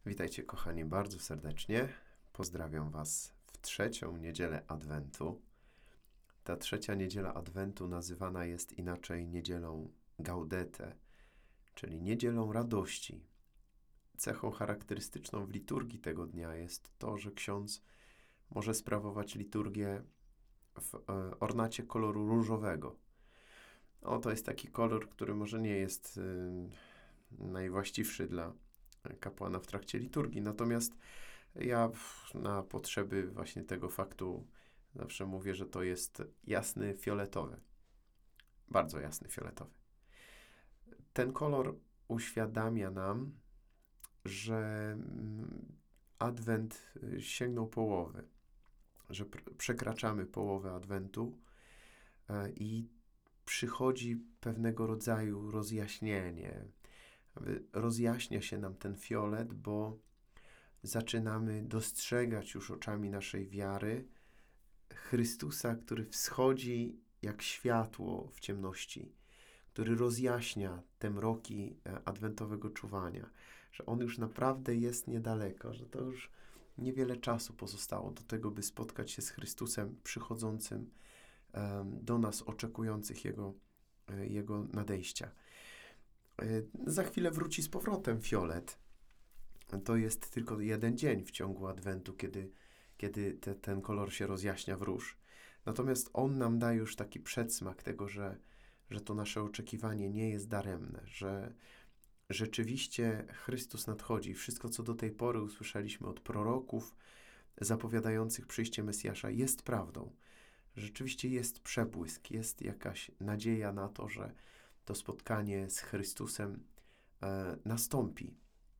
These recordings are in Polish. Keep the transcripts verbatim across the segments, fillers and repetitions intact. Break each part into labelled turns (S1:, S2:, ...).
S1: Witajcie, kochani, bardzo serdecznie. Pozdrawiam Was w trzecią niedzielę Adwentu. Ta trzecia niedziela Adwentu nazywana jest inaczej niedzielą Gaudete, czyli niedzielą radości. Cechą charakterystyczną w liturgii tego dnia jest to, że ksiądz może sprawować liturgię w ornacie koloru różowego. O, to jest taki kolor, który może nie jest y, najwłaściwszy dla kapłana w trakcie liturgii. Natomiast ja na potrzeby właśnie tego faktu zawsze mówię, że to jest jasny fioletowy. Bardzo jasny fioletowy. Ten kolor uświadamia nam, że Adwent sięgnął połowy, że przekraczamy połowę Adwentu i przychodzi pewnego rodzaju rozjaśnienie. Rozjaśnia się nam ten fiolet, bo zaczynamy dostrzegać już oczami naszej wiary Chrystusa, który wschodzi jak światło w ciemności, który rozjaśnia te mroki adwentowego czuwania, że On już naprawdę jest niedaleko, że to już niewiele czasu pozostało do tego, by spotkać się z Chrystusem przychodzącym do nas, oczekujących Jego, Jego nadejścia. Za chwilę wróci z powrotem fiolet. To jest tylko jeden dzień w ciągu Adwentu, kiedy, kiedy te, ten kolor się rozjaśnia w róż. Natomiast on nam daje już taki przedsmak tego, że, że to nasze oczekiwanie nie jest daremne, że rzeczywiście Chrystus nadchodzi. Wszystko, co do tej pory usłyszeliśmy od proroków zapowiadających przyjście Mesjasza, jest prawdą. Rzeczywiście jest przebłysk, jest jakaś nadzieja na to, że to spotkanie z Chrystusem e, nastąpi.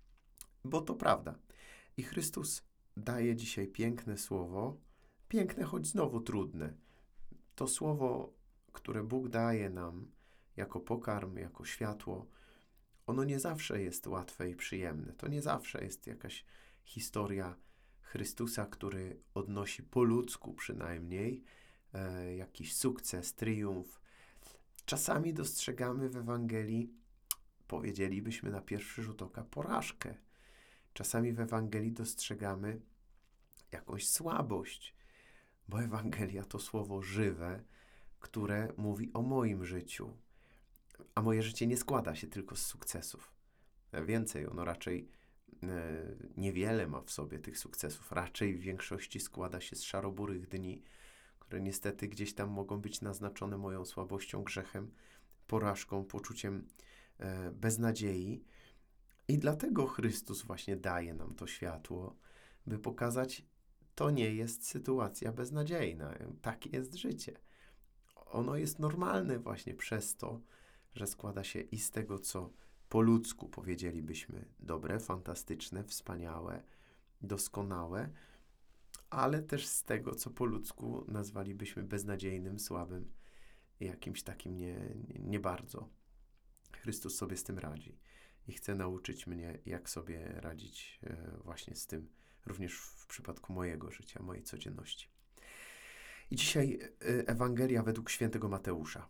S1: Bo to prawda. I Chrystus daje dzisiaj piękne słowo, piękne, choć znowu trudne. To słowo, które Bóg daje nam jako pokarm, jako światło, ono nie zawsze jest łatwe i przyjemne. To nie zawsze jest jakaś historia Chrystusa, który odnosi po ludzku przynajmniej e, jakiś sukces, triumf. Czasami dostrzegamy w Ewangelii, powiedzielibyśmy na pierwszy rzut oka, porażkę. Czasami w Ewangelii dostrzegamy jakąś słabość, bo Ewangelia to słowo żywe, które mówi o moim życiu. A moje życie nie składa się tylko z sukcesów. Więcej, ono raczej e, niewiele ma w sobie tych sukcesów. Raczej w większości składa się z szaroburych dni, które niestety gdzieś tam mogą być naznaczone moją słabością, grzechem, porażką, poczuciem e, beznadziei. I dlatego Chrystus właśnie daje nam to światło, by pokazać, to nie jest sytuacja beznadziejna. Takie jest życie. Ono jest normalne właśnie przez to, że składa się i z tego, co po ludzku powiedzielibyśmy dobre, fantastyczne, wspaniałe, doskonałe, ale też z tego, co po ludzku nazwalibyśmy beznadziejnym, słabym, jakimś takim nie, nie bardzo. Chrystus sobie z tym radzi i chce nauczyć mnie, jak sobie radzić właśnie z tym, również w przypadku mojego życia, mojej codzienności. I dzisiaj Ewangelia według świętego Mateusza.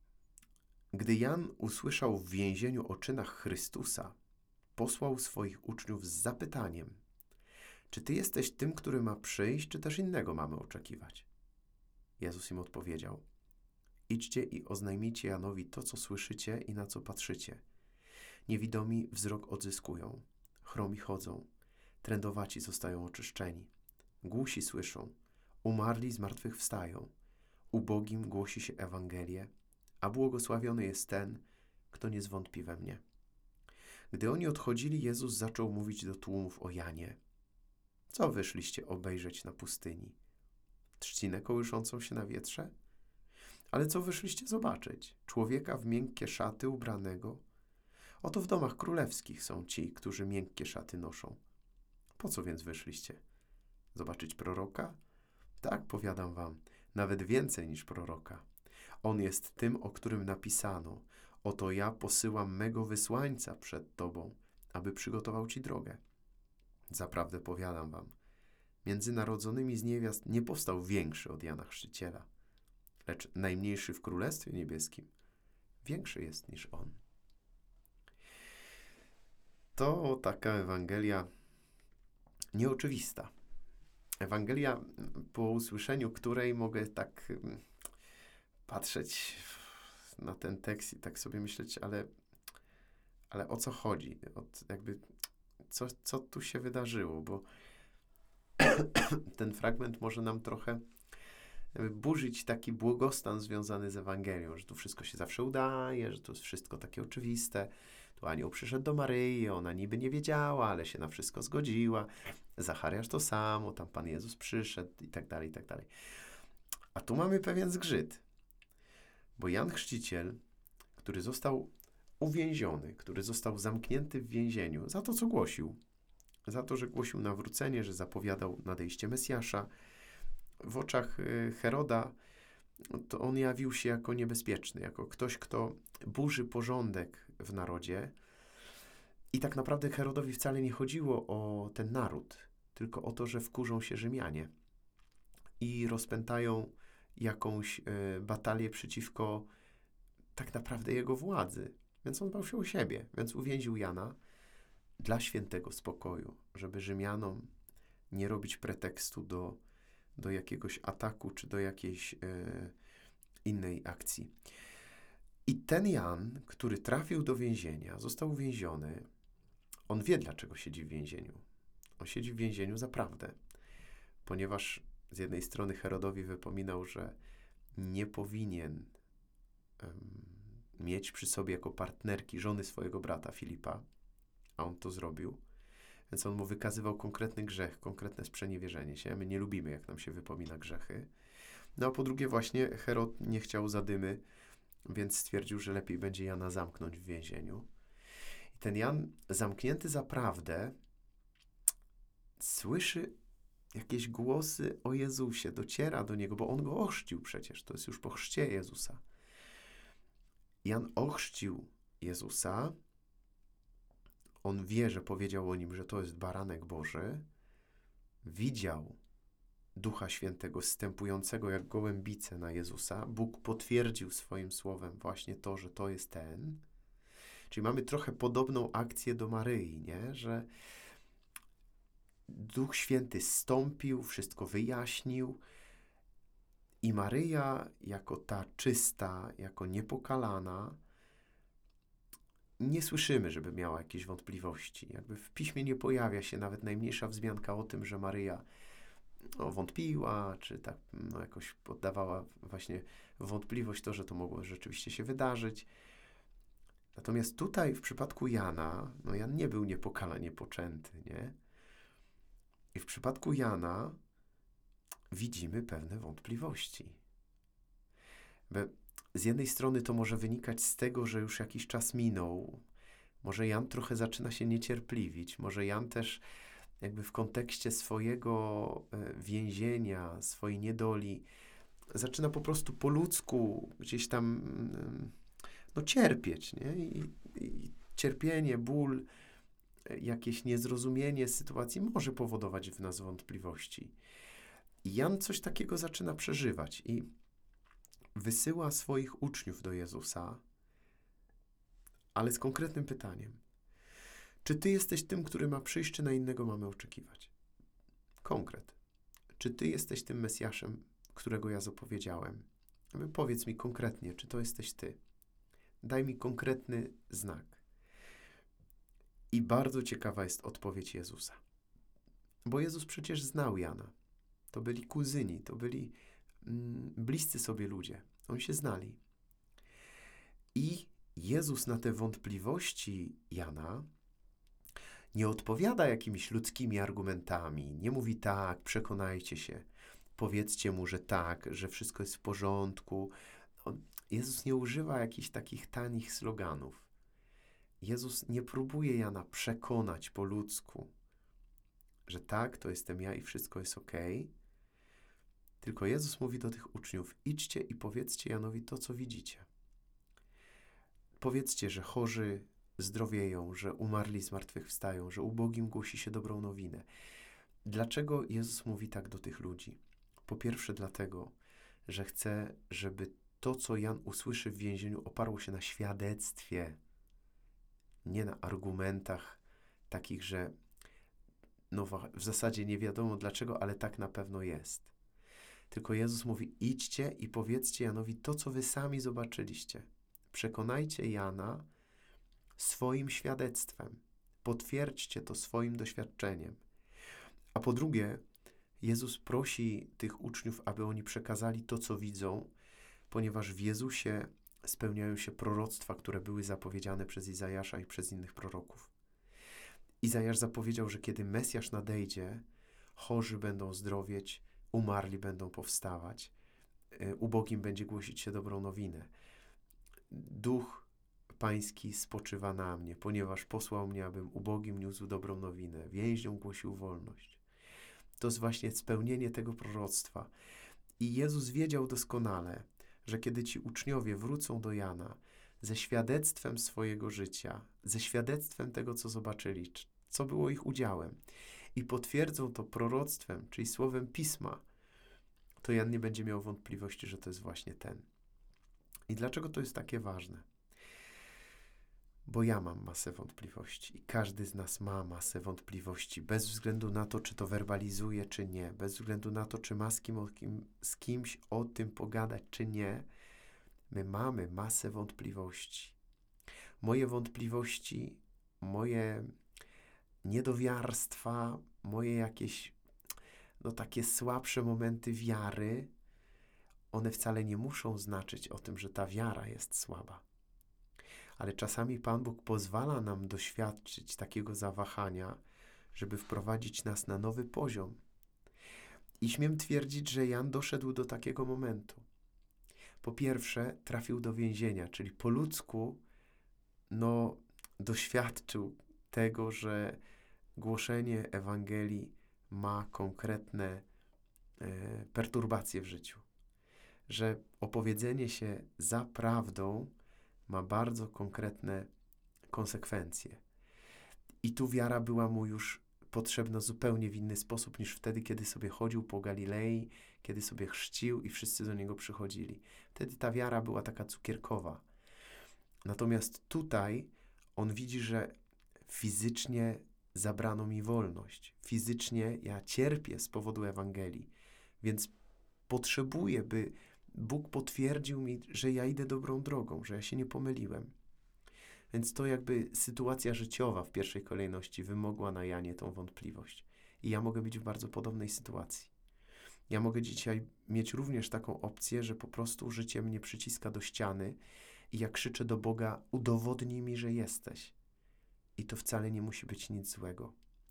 S1: Gdy Jan usłyszał w więzieniu o czynach Chrystusa, posłał swoich uczniów z zapytaniem: czy ty jesteś tym, który ma przyjść, czy też innego mamy oczekiwać? Jezus im odpowiedział: idźcie i oznajmijcie Janowi to, co słyszycie i na co patrzycie. Niewidomi wzrok odzyskują, chromi chodzą, trędowaci zostają oczyszczeni, głusi słyszą, umarli zmartwychwstają, ubogim głosi się Ewangelię, a błogosławiony jest ten, kto nie zwątpi we mnie. Gdy oni odchodzili, Jezus zaczął mówić do tłumów o Janie. Co wyszliście obejrzeć na pustyni? Trzcinę kołyszącą się na wietrze? Ale co wyszliście zobaczyć? Człowieka w miękkie szaty ubranego? Oto w domach królewskich są ci, którzy miękkie szaty noszą. Po co więc wyszliście? Zobaczyć proroka? Tak, powiadam wam, nawet więcej niż proroka. On jest tym, o którym napisano: oto ja posyłam mego wysłańca przed tobą, aby przygotował ci drogę. Zaprawdę powiadam wam, między narodzonymi z niewiast nie powstał większy od Jana Chrzciciela, lecz najmniejszy w Królestwie Niebieskim większy jest niż on. To taka Ewangelia nieoczywista. Ewangelia, po usłyszeniu której mogę tak mm, patrzeć na ten tekst i tak sobie myśleć, ale, ale o co chodzi? Od, jakby, co, co tu się wydarzyło? Bo ten fragment może nam trochę jakby burzyć taki błogostan związany z Ewangelią, że tu wszystko się zawsze udaje, że to jest wszystko takie oczywiste. Tu anioł przyszedł do Maryi, ona niby nie wiedziała, ale się na wszystko zgodziła. Zachariasz to samo, tam Pan Jezus przyszedł i tak dalej, i tak dalej. A tu mamy pewien zgrzyt, bo Jan Chrzciciel, który został uwięziony, który został zamknięty w więzieniu za to, co głosił, za to, że głosił nawrócenie, że zapowiadał nadejście Mesjasza, w oczach Heroda to on jawił się jako niebezpieczny, jako ktoś, kto burzy porządek w narodzie. I tak naprawdę Herodowi wcale nie chodziło o ten naród, tylko o to, że wkurzą się Rzymianie i rozpętają jakąś y, batalię przeciwko tak naprawdę jego władzy. Więc on bał się o siebie, więc uwięził Jana dla świętego spokoju, żeby Rzymianom nie robić pretekstu do, do jakiegoś ataku czy do jakiejś y, innej akcji. I ten Jan, który trafił do więzienia, został uwięziony, on wie, dlaczego siedzi w więzieniu. On siedzi w więzieniu za prawdę, ponieważ z jednej strony Herodowi wypominał, że nie powinien um, mieć przy sobie jako partnerki żony swojego brata Filipa, a on to zrobił. Więc on mu wykazywał konkretny grzech, konkretne sprzeniewierzenie się. My nie lubimy, jak nam się wypomina grzechy. No a po drugie właśnie Herod nie chciał zadymy, więc stwierdził, że lepiej będzie Jana zamknąć w więzieniu. I ten Jan, zamknięty za prawdę, słyszy jakieś głosy o Jezusie, dociera do niego, bo on go ochrzcił przecież, to jest już po chrzcie Jezusa. Jan ochrzcił Jezusa, on wie, że powiedział o nim, że to jest baranek Boży, widział Ducha Świętego zstępującego jak gołębice na Jezusa. Bóg potwierdził swoim słowem właśnie to, że to jest ten. Czyli mamy trochę podobną akcję do Maryi, nie? Że Duch Święty zstąpił, wszystko wyjaśnił i Maryja jako ta czysta, jako niepokalana, nie słyszymy, żeby miała jakieś wątpliwości. Jakby w Piśmie nie pojawia się nawet najmniejsza wzmianka o tym, że Maryja no, wątpiła, czy tak no, jakoś poddawała właśnie wątpliwość to, że to mogło rzeczywiście się wydarzyć. Natomiast tutaj w przypadku Jana, no Jan nie był niepokalanie poczęty, nie? I w przypadku Jana widzimy pewne wątpliwości. Bo z jednej strony to może wynikać z tego, że już jakiś czas minął. Może Jan trochę zaczyna się niecierpliwić. Może Jan też jakby w kontekście swojego więzienia, swojej niedoli zaczyna po prostu po ludzku gdzieś tam no, cierpieć, nie? I, i cierpienie, ból, jakieś niezrozumienie sytuacji może powodować w nas wątpliwości. I Jan coś takiego zaczyna przeżywać i wysyła swoich uczniów do Jezusa, ale z konkretnym pytaniem. Czy Ty jesteś tym, który ma przyjść, czy na innego mamy oczekiwać? Konkret. Czy Ty jesteś tym Mesjaszem, którego ja zapowiedziałem? Powiedz mi konkretnie, czy to jesteś Ty. Daj mi konkretny znak. I bardzo ciekawa jest odpowiedź Jezusa. Bo Jezus przecież znał Jana. To byli kuzyni, to byli mm, bliscy sobie ludzie. Oni się znali. I Jezus na te wątpliwości Jana nie odpowiada jakimiś ludzkimi argumentami. Nie mówi tak, przekonajcie się. Powiedzcie mu, że tak, że wszystko jest w porządku. On, Jezus nie używa jakichś takich tanich sloganów. Jezus nie próbuje Jana przekonać po ludzku, że tak, to jestem ja i wszystko jest okej. Tylko Jezus mówi do tych uczniów, idźcie i powiedzcie Janowi to, co widzicie. Powiedzcie, że chorzy zdrowieją, że umarli zmartwychwstają, że ubogim głosi się dobrą nowinę. Dlaczego Jezus mówi tak do tych ludzi? Po pierwsze dlatego, że chce, żeby to, co Jan usłyszy w więzieniu, oparło się na świadectwie, nie na argumentach takich, że no w zasadzie nie wiadomo dlaczego, ale tak na pewno jest. Tylko Jezus mówi, idźcie i powiedzcie Janowi to, co wy sami zobaczyliście. Przekonajcie Jana swoim świadectwem. Potwierdźcie to swoim doświadczeniem. A po drugie, Jezus prosi tych uczniów, aby oni przekazali to, co widzą, ponieważ w Jezusie spełniają się proroctwa, które były zapowiedziane przez Izajasza i przez innych proroków. Izajasz zapowiedział, że kiedy Mesjasz nadejdzie, chorzy będą zdrowieć, umarli będą powstawać, ubogim będzie głosić się dobrą nowinę. Duch Pański spoczywa na mnie, ponieważ posłał mnie, abym ubogim niósł dobrą nowinę, więźniom głosił wolność. To jest właśnie spełnienie tego proroctwa. I Jezus wiedział doskonale, że kiedy ci uczniowie wrócą do Jana ze świadectwem swojego życia, ze świadectwem tego, co zobaczyli, co było ich udziałem i potwierdzą to proroctwem, czyli słowem Pisma, to Jan nie będzie miał wątpliwości, że to jest właśnie ten. I dlaczego to jest takie ważne? Bo ja mam masę wątpliwości i każdy z nas ma masę wątpliwości, bez względu na to, czy to werbalizuje, czy nie, bez względu na to, czy ma z, kim, o kim, z kimś o tym pogadać, czy nie. My mamy masę wątpliwości. Moje wątpliwości, moje niedowiarstwa, moje jakieś no takie słabsze momenty wiary, one wcale nie muszą znaczyć o tym, że ta wiara jest słaba. Ale czasami Pan Bóg pozwala nam doświadczyć takiego zawahania, żeby wprowadzić nas na nowy poziom. I śmiem twierdzić, że Jan doszedł do takiego momentu. Po pierwsze, trafił do więzienia, czyli po ludzku no, doświadczył tego, że głoszenie Ewangelii ma konkretne e, perturbacje w życiu. Że opowiedzenie się za prawdą ma bardzo konkretne konsekwencje. I tu wiara była mu już potrzebna zupełnie w inny sposób niż wtedy, kiedy sobie chodził po Galilei, kiedy sobie chrzcił i wszyscy do niego przychodzili. Wtedy ta wiara była taka cukierkowa. Natomiast tutaj on widzi, że fizycznie zabrano mi wolność. Fizycznie ja cierpię z powodu Ewangelii, więc potrzebuję, by Bóg potwierdził mi, że ja idę dobrą drogą, że ja się nie pomyliłem. Więc to jakby sytuacja życiowa w pierwszej kolejności wymogła na Janie tą wątpliwość. I ja mogę być w bardzo podobnej sytuacji. Ja mogę dzisiaj mieć również taką opcję, że po prostu życie mnie przyciska do ściany i ja krzyczę do Boga, udowodnij mi, że jesteś. I to wcale nie musi być nic złego.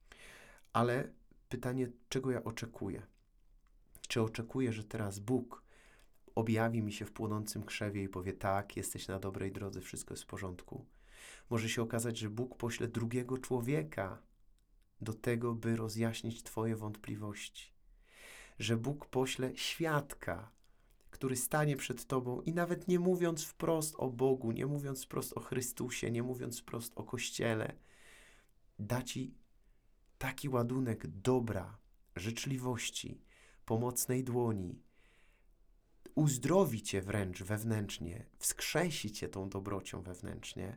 S1: Ale pytanie, czego ja oczekuję? Czy oczekuję, że teraz Bóg objawi mi się w płonącym krzewie i powie, tak, jesteś na dobrej drodze, wszystko jest w porządku. Może się okazać, że Bóg pośle drugiego człowieka do tego, by rozjaśnić twoje wątpliwości. Że Bóg pośle świadka, który stanie przed tobą i nawet nie mówiąc wprost o Bogu, nie mówiąc wprost o Chrystusie, nie mówiąc wprost o Kościele, da ci taki ładunek dobra, życzliwości, pomocnej dłoni, uzdrowi cię wręcz wewnętrznie, wskrzesi cię tą dobrocią wewnętrznie,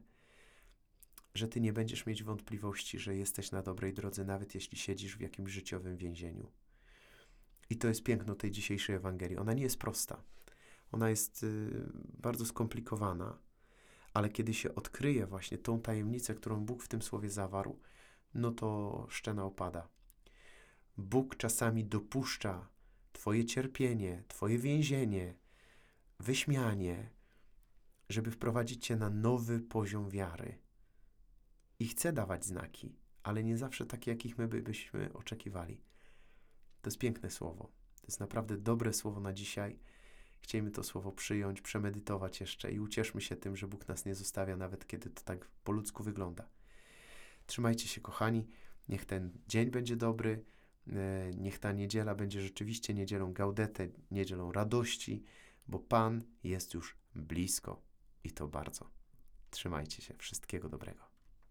S1: że ty nie będziesz mieć wątpliwości, że jesteś na dobrej drodze, nawet jeśli siedzisz w jakimś życiowym więzieniu. I to jest piękno tej dzisiejszej Ewangelii. Ona nie jest prosta. Ona jest y, bardzo skomplikowana, ale kiedy się odkryje właśnie tą tajemnicę, którą Bóg w tym słowie zawarł, no to szczena opada. Bóg czasami dopuszcza twoje cierpienie, twoje więzienie, wyśmianie, żeby wprowadzić cię na nowy poziom wiary. I chce dawać znaki, ale nie zawsze takie, jakich my byśmy oczekiwali. To jest piękne słowo. To jest naprawdę dobre słowo na dzisiaj. Chciejmy to słowo przyjąć, przemedytować jeszcze i ucieszmy się tym, że Bóg nas nie zostawia, nawet kiedy to tak po ludzku wygląda. Trzymajcie się, kochani. Niech ten dzień będzie dobry. Niech ta niedziela będzie rzeczywiście niedzielą Gaudete, niedzielą radości, bo Pan jest już blisko i to bardzo. Trzymajcie się. Wszystkiego dobrego.